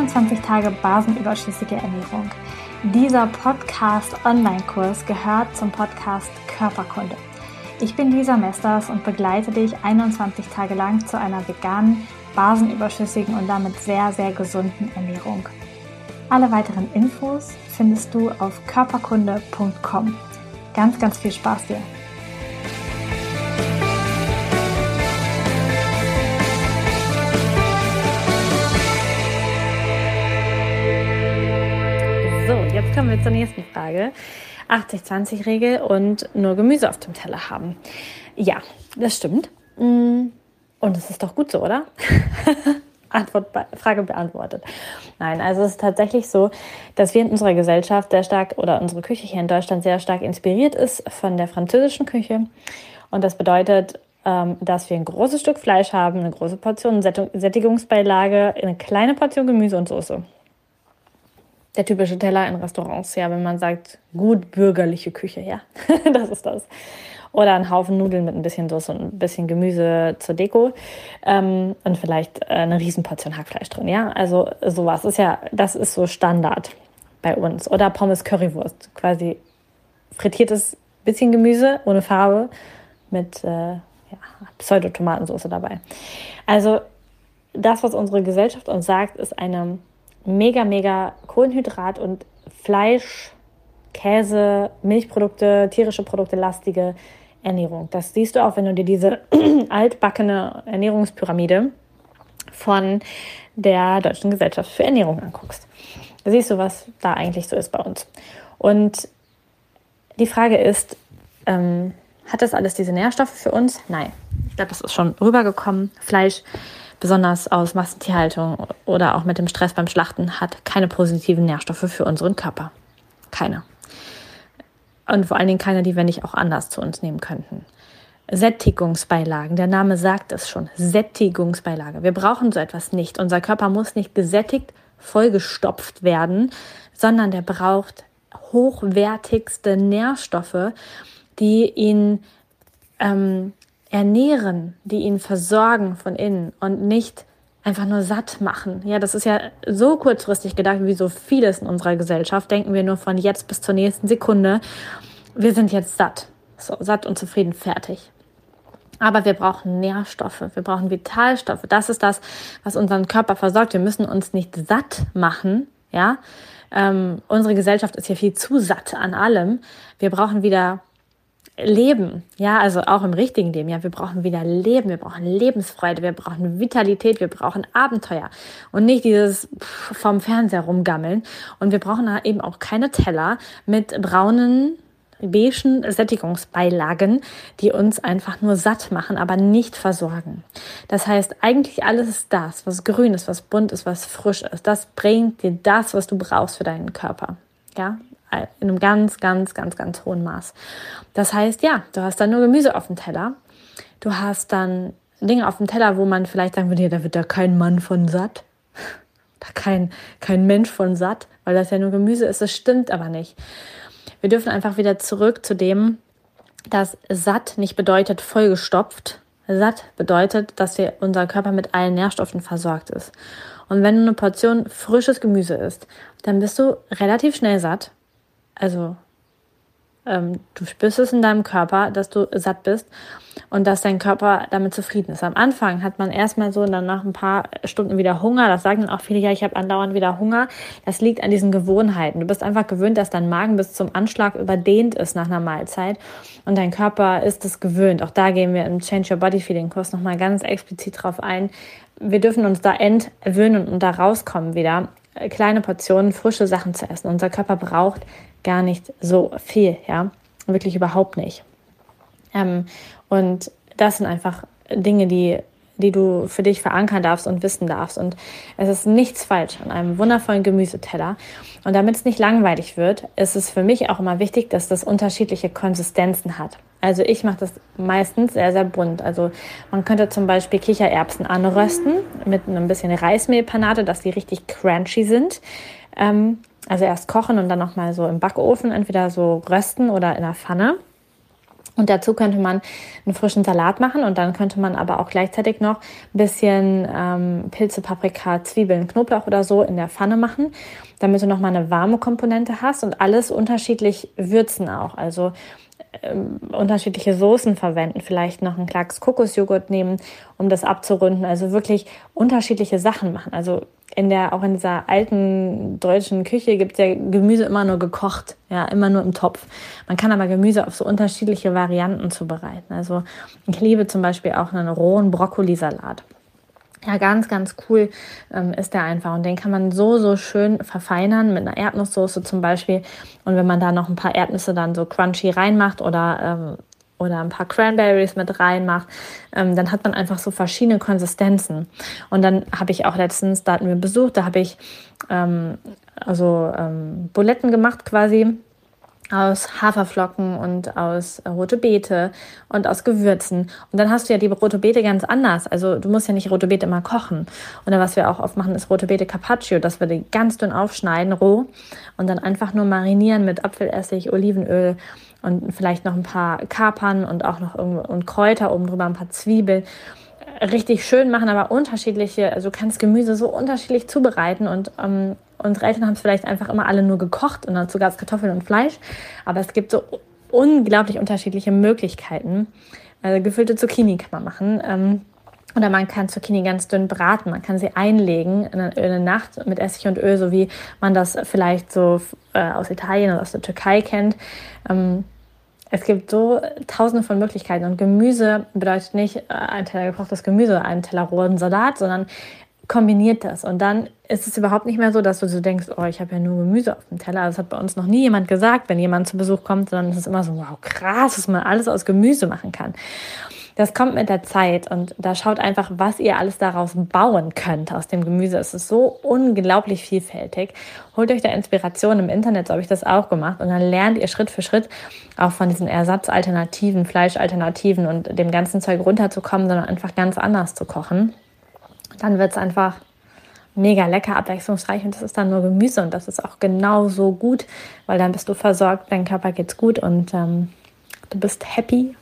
21 Tage basenüberschüssige Ernährung. Dieser Podcast-Online-Kurs gehört zum Podcast Körperkunde. Ich bin Lisa Mesters und begleite dich 21 Tage lang zu einer veganen, basenüberschüssigen und damit sehr, sehr gesunden Ernährung. Alle weiteren Infos findest du auf körperkunde.com. Ganz, ganz viel Spaß dir! So, jetzt kommen wir zur nächsten Frage. 80-20-Regel und nur Gemüse auf dem Teller haben. Ja, das stimmt. Und es ist doch gut so, oder? Frage beantwortet. Nein, also es ist tatsächlich so, dass wir in unserer Gesellschaft sehr stark, oder unsere Küche hier in Deutschland sehr stark inspiriert ist von der französischen Küche. Und das bedeutet, dass wir ein großes Stück Fleisch haben, eine große Portion Sättigungsbeilage, eine kleine Portion Gemüse und Soße. Der typische Teller in Restaurants, ja, wenn man sagt, gut bürgerliche Küche, ja, das ist das. Oder ein Haufen Nudeln mit ein bisschen Soße und ein bisschen Gemüse zur Deko und vielleicht eine Riesenportion Hackfleisch drin, ja. Also sowas das ist so Standard bei uns. Oder Pommes Currywurst, quasi frittiertes bisschen Gemüse ohne Farbe mit Pseudotomatensauce dabei. Also das, was unsere Gesellschaft uns sagt, ist eine mega Kohlenhydrat- und Fleisch, Käse, Milchprodukte, tierische Produkte lastige Ernährung. Das siehst du auch, wenn du dir diese altbackene Ernährungspyramide von der Deutschen Gesellschaft für Ernährung anguckst. Da siehst du, was da eigentlich so ist bei uns. Und die Frage ist, hat das alles diese Nährstoffe für uns? Nein. Ich glaube, das ist schon rübergekommen. Fleisch, besonders aus Massentierhaltung oder auch mit dem Stress beim Schlachten, hat keine positiven Nährstoffe für unseren Körper. Keine. Und vor allen Dingen keine, die wir nicht auch anders zu uns nehmen könnten. Sättigungsbeilagen, der Name sagt es schon, Sättigungsbeilage. Wir brauchen so etwas nicht. Unser Körper muss nicht gesättigt, vollgestopft werden, sondern der braucht hochwertigste Nährstoffe, die ihn ernähren, die ihn versorgen von innen und nicht einfach nur satt machen. Ja, das ist ja so kurzfristig gedacht, wie so vieles in unserer Gesellschaft. Denken wir nur von jetzt bis zur nächsten Sekunde. Wir sind jetzt satt. So, satt und zufrieden, fertig. Aber wir brauchen Nährstoffe, wir brauchen Vitalstoffe. Das ist das, was unseren Körper versorgt. Wir müssen uns nicht satt machen, ja. Unsere Gesellschaft ist ja viel zu satt an allem. Wir brauchen wieder Leben, ja, also auch im richtigen Leben, ja, wir brauchen wieder Leben, wir brauchen Lebensfreude, wir brauchen Vitalität, wir brauchen Abenteuer und nicht dieses vorm Fernseher rumgammeln. Und wir brauchen eben auch keine Teller mit braunen, beigen Sättigungsbeilagen, die uns einfach nur satt machen, aber nicht versorgen. Das heißt, eigentlich alles ist das, was grün ist, was bunt ist, was frisch ist. Das bringt dir das, was du brauchst für deinen Körper, ja, in einem ganz hohen Maß. Das heißt, ja, du hast dann nur Gemüse auf dem Teller. Du hast dann Dinge auf dem Teller, wo man vielleicht sagen würde, ja, da wird da kein Mann von satt. Da kein Mensch von satt, weil das ja nur Gemüse ist. Das stimmt aber nicht. Wir dürfen einfach wieder zurück zu dem, dass satt nicht bedeutet vollgestopft. Satt bedeutet, dass unser Körper mit allen Nährstoffen versorgt ist. Und wenn du eine Portion frisches Gemüse isst, dann bist du relativ schnell satt. Also du spürst es in deinem Körper, dass du satt bist und dass dein Körper damit zufrieden ist. Am Anfang hat man erstmal so dann nach ein paar Stunden wieder Hunger. Das sagen dann auch viele, ja, ich habe andauernd wieder Hunger. Das liegt an diesen Gewohnheiten. Du bist einfach gewöhnt, dass dein Magen bis zum Anschlag überdehnt ist nach einer Mahlzeit und dein Körper ist es gewöhnt. Auch da gehen wir im Change Your Body Feeling Kurs nochmal ganz explizit drauf ein. Wir dürfen uns da entwöhnen und da rauskommen wieder, kleine Portionen, frische Sachen zu essen. Unser Körper braucht gar nicht so viel, ja, wirklich überhaupt nicht. Und das sind einfach Dinge, die du für dich verankern darfst und wissen darfst. Und es ist nichts falsch an einem wundervollen Gemüseteller. Und damit es nicht langweilig wird, ist es für mich auch immer wichtig, dass das unterschiedliche Konsistenzen hat. Also ich mache das meistens sehr, sehr bunt. Also man könnte zum Beispiel Kichererbsen anrösten mit ein bisschen Reismehlpanade, dass die richtig crunchy sind. Also erst kochen und dann nochmal so im Backofen, entweder so rösten oder in der Pfanne. Und dazu könnte man einen frischen Salat machen und dann könnte man aber auch gleichzeitig noch ein bisschen Pilze, Paprika, Zwiebeln, Knoblauch oder so in der Pfanne machen, damit du nochmal eine warme Komponente hast und alles unterschiedlich würzen auch. Also unterschiedliche Soßen verwenden, vielleicht noch einen Klacks Kokosjoghurt nehmen, um das abzurunden. Also wirklich unterschiedliche Sachen machen. Also auch in dieser alten deutschen Küche gibt es ja Gemüse immer nur gekocht, ja, immer nur im Topf. Man kann aber Gemüse auf so unterschiedliche Varianten zubereiten. Also ich liebe zum Beispiel auch einen rohen Brokkolisalat. Ja, ganz, ganz cool ist der einfach. Und den kann man so schön verfeinern mit einer Erdnusssoße zum Beispiel. Und wenn man da noch ein paar Erdnüsse dann so crunchy reinmacht oder ein paar Cranberries mit reinmacht, dann hat man einfach so verschiedene Konsistenzen. Und dann habe ich auch letztens, da hatten wir Besuch, da habe ich Buletten gemacht quasi, aus Haferflocken und aus rote Beete und aus Gewürzen. Und dann hast du ja die rote Beete ganz anders. Also du musst ja nicht rote Beete immer kochen. Und dann, was wir auch oft machen, ist rote Beete Carpaccio, dass wir die ganz dünn aufschneiden, roh, und dann einfach nur marinieren mit Apfelessig, Olivenöl und vielleicht noch ein paar Kapern und auch noch und Kräuter oben drüber, ein paar Zwiebeln. Richtig schön machen, aber unterschiedliche, also du kannst Gemüse so unterschiedlich zubereiten und unsere Eltern haben es vielleicht einfach immer alle nur gekocht und dazu gab es Kartoffeln und Fleisch, aber es gibt so unglaublich unterschiedliche Möglichkeiten. Also gefüllte Zucchini kann man machen, oder man kann Zucchini ganz dünn braten, man kann sie einlegen in eine Nacht mit Essig und Öl, so wie man das vielleicht so aus Italien oder aus der Türkei kennt. Es gibt so tausende von Möglichkeiten und Gemüse bedeutet nicht ein Teller gekochtes Gemüse, ein Teller rohen Salat, sondern kombiniert das. Und dann ist es überhaupt nicht mehr so, dass du so denkst, oh, ich habe ja nur Gemüse auf dem Teller. Das hat bei uns noch nie jemand gesagt, wenn jemand zu Besuch kommt, sondern es ist immer so, wow, krass, was man alles aus Gemüse machen kann. Das kommt mit der Zeit und da schaut einfach, was ihr alles daraus bauen könnt aus dem Gemüse. Es ist so unglaublich vielfältig. Holt euch da Inspiration im Internet, so habe ich das auch gemacht. Und dann lernt ihr Schritt für Schritt auch von diesen Ersatzalternativen, Fleischalternativen und dem ganzen Zeug runterzukommen, sondern einfach ganz anders zu kochen. Dann wird es einfach mega lecker, abwechslungsreich und das ist dann nur Gemüse und das ist auch genauso gut, weil dann bist du versorgt, dein Körper geht's gut und du bist happy